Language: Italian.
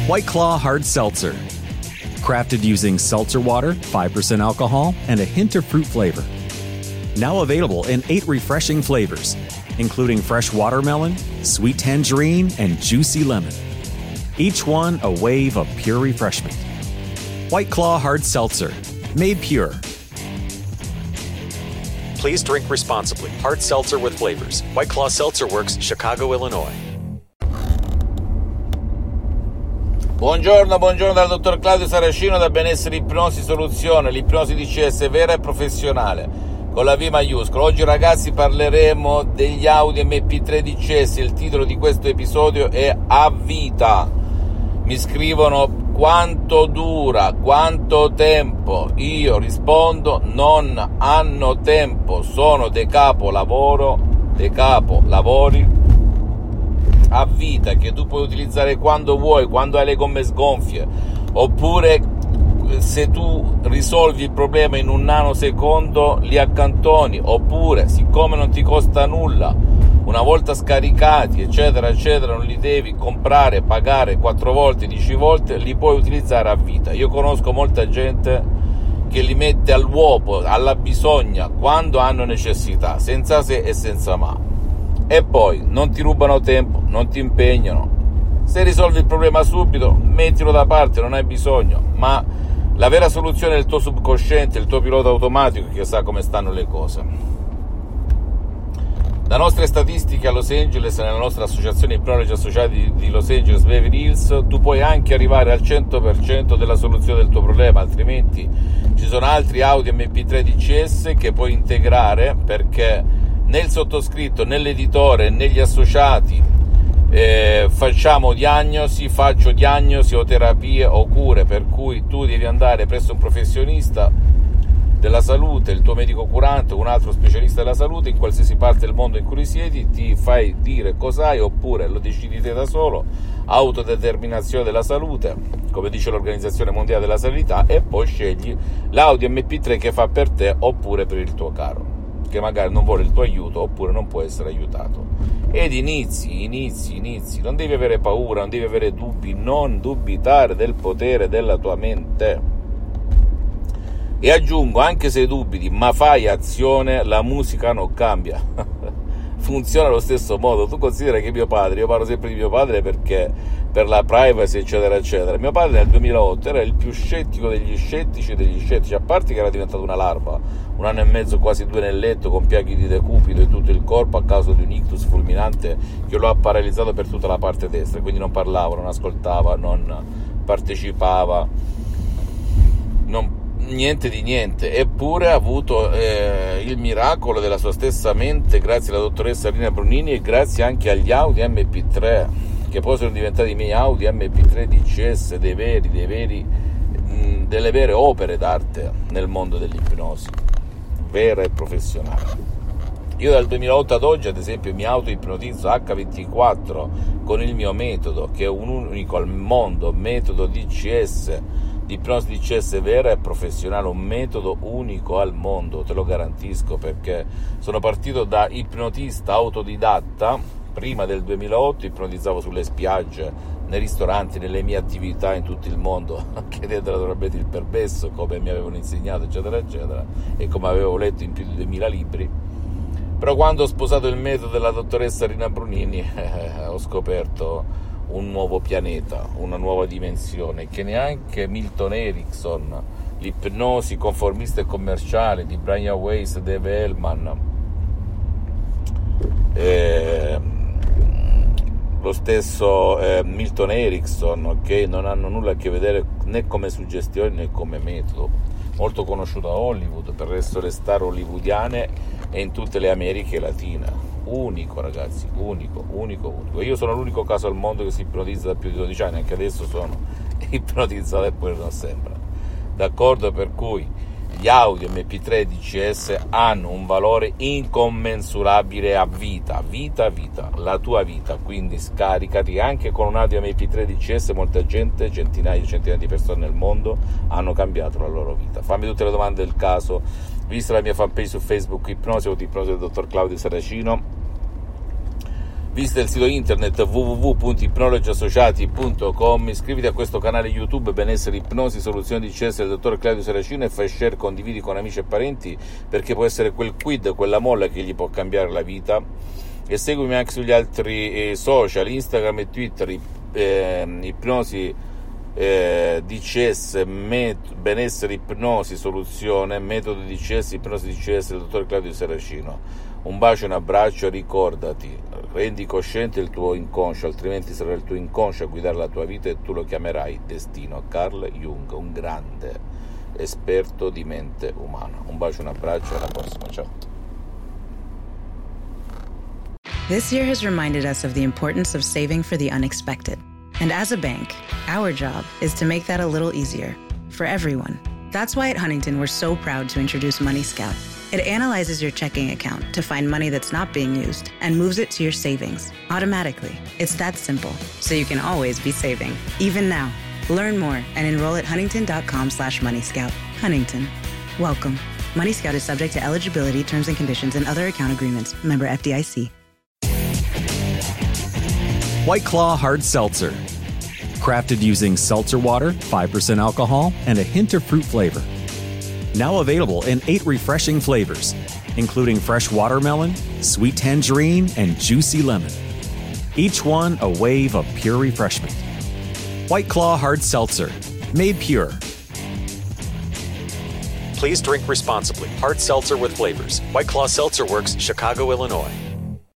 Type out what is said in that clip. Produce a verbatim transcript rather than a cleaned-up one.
White Claw Hard Seltzer. Crafted using seltzer water, five percent alcohol, and a hint of fruit flavor. Now available in eight refreshing flavors, including fresh watermelon, sweet tangerine, and juicy lemon. Each one a wave of pure refreshment. White Claw Hard Seltzer, made pure. Please drink responsibly. Hard seltzer with flavors. White Claw Seltzer Works, Chicago, Illinois. Buongiorno, buongiorno dal dottor Claudio Saracino da Benessere Ipnosi Soluzione, l'ipnosi D C S vera e professionale, con la V maiuscola. Oggi ragazzi parleremo degli Audi M P tre D C S, il titolo di questo episodio è A Vita. Mi scrivono quanto dura, quanto tempo, io rispondo non hanno tempo, sono de capo lavoro, de capo lavori a vita che tu puoi utilizzare quando vuoi, quando hai le gomme sgonfie, oppure se tu risolvi il problema in un nanosecondo li accantoni, oppure siccome non ti costa nulla, una volta scaricati eccetera eccetera non li devi comprare, pagare quattro volte, dieci volte, li puoi utilizzare a vita. Io conosco molta gente che li mette all'uopo, alla bisogna, quando hanno necessità, senza se e senza ma. E poi non ti rubano tempo, non ti impegnano. Se risolvi il problema subito, mettilo da parte, non hai bisogno. Ma la vera soluzione è il tuo subconsciente, il tuo pilota automatico che sa come stanno le cose. Da nostre statistiche a Los Angeles, nella nostra associazione Ipnologi Associati di Los Angeles Beverly Hills, tu puoi anche arrivare al cento per cento della soluzione del tuo problema, altrimenti ci sono altri Audi M P tre D C S che puoi integrare, perché nel sottoscritto, nell'editore, negli associati eh, facciamo diagnosi, faccio diagnosi o terapie o cure, per cui tu devi andare presso un professionista della salute, il tuo medico curante, un altro specialista della salute, in qualsiasi parte del mondo in cui risiedi, ti fai dire cos'hai, oppure lo decidi te da solo, autodeterminazione della salute, come dice l'Organizzazione Mondiale della Sanità, e poi scegli l'Audi M P tre che fa per te oppure per il tuo caro, che magari non vuole il tuo aiuto oppure non può essere aiutato. Ed inizi, inizi, inizi, non devi avere paura, non devi avere dubbi, non dubitare del potere della tua mente. E aggiungo, anche se dubiti, ma fai azione, la musica non cambia. Funziona allo stesso modo. Tu considera che mio padre, io parlo sempre di mio padre perché per la privacy eccetera eccetera, mio padre nel duemilaotto era il più scettico degli scettici e degli scettici, a parte che era diventato una larva, un anno e mezzo, quasi due nel letto, con piaghe di decupito in tutto il corpo a causa di un ictus fulminante che lo ha paralizzato per tutta la parte destra, quindi non parlava, non ascoltava, non partecipava, non niente di niente. Eppure ha avuto eh, il miracolo della sua stessa mente grazie alla dottoressa Rina Brunini e grazie anche agli Audi M P tre, che poi sono diventati i miei Audi M P tre D C S, dei veri, dei veri mh, delle vere opere d'arte nel mondo dell'ipnosi vera e professionale. Io dal duemilaotto ad oggi, ad esempio, mi auto-ipnotizzo acca ventiquattro con il mio metodo, che è un unico al mondo, metodo D C S, di ipnosi D C S vera e professionale, un metodo unico al mondo, te lo garantisco, perché sono partito da ipnotista autodidatta. Prima del duemilaotto ipnotizzavo sulle spiagge, nei ristoranti, nelle mie attività in tutto il mondo, chiedendo naturalmente il permesso, come mi avevano insegnato eccetera eccetera, e come avevo letto in più di duemila libri. Però quando ho sposato il metodo della dottoressa Rina Brunini eh, ho scoperto un nuovo pianeta, una nuova dimensione che neanche Milton Erickson, l'ipnosi conformista e commerciale di Brian Weiss e Dave Hellman, eh, lo stesso eh, Milton Erickson, che non hanno nulla a che vedere né come suggestione né come metodo, molto conosciuto a Hollywood, per il resto le star hollywoodiane e in tutte le Americhe Latine. Unico ragazzi, unico, unico, unico. Io sono l'unico caso al mondo che si ipnotizza da più di dodici anni, anche adesso sono ipnotizzato, eppure non sembra. D'accordo? Per cui gli Audi M P tre D C S hanno un valore incommensurabile a vita, vita, vita, la tua vita. Quindi scaricati anche con un Audi M P tre D C S. Molta gente, centinaia e centinaia di persone nel mondo hanno cambiato la loro vita. Fammi tutte le domande del caso, vista la mia fanpage su Facebook Ipnosi o di Ipnosi del dottor Claudio Saracino. Visita il sito internet w w w punto ipnologi associati punto com, iscriviti a questo canale YouTube Benessere Ipnosi Soluzioni D C S del dottor Claudio Saracino e fai share, condividi con amici e parenti, perché può essere quel quid, quella molla che gli può cambiare la vita. E seguimi anche sugli altri eh, social, Instagram e Twitter, eh, Ipnosi eh, D C S, met- Benessere Ipnosi Soluzione, Metodo D C S, Ipnosi D C S del dottor Claudio Saracino. Un bacio, un abbraccio, ricordati, rendi cosciente il tuo inconscio, altrimenti sarà il tuo inconscio a guidare la tua vita e tu lo chiamerai destino. Carl Jung, un grande esperto di mente umana. Un bacio, un abbraccio, alla prossima, ciao. This year has reminded us of the importance of saving for the unexpected. And as a bank, our job is to make that a little easier for everyone. That's why at Huntington, we're so proud to introduce Money Scout. It analyzes your checking account to find money that's not being used and moves it to your savings automatically. It's that simple, so you can always be saving, even now. Learn more and enroll at huntington.com slash moneyscout. Huntington. Welcome. Money Scout is subject to eligibility, terms and conditions, and other account agreements. Member F D I C. White Claw Hard Seltzer. Crafted using seltzer water, five percent alcohol, and a hint of fruit flavor. Now available in eight refreshing flavors, including fresh watermelon, sweet tangerine, and juicy lemon. Each one a wave of pure refreshment. White Claw Hard Seltzer, made pure. Please drink responsibly. Hard seltzer with flavors. White Claw Seltzer Works, Chicago, Illinois.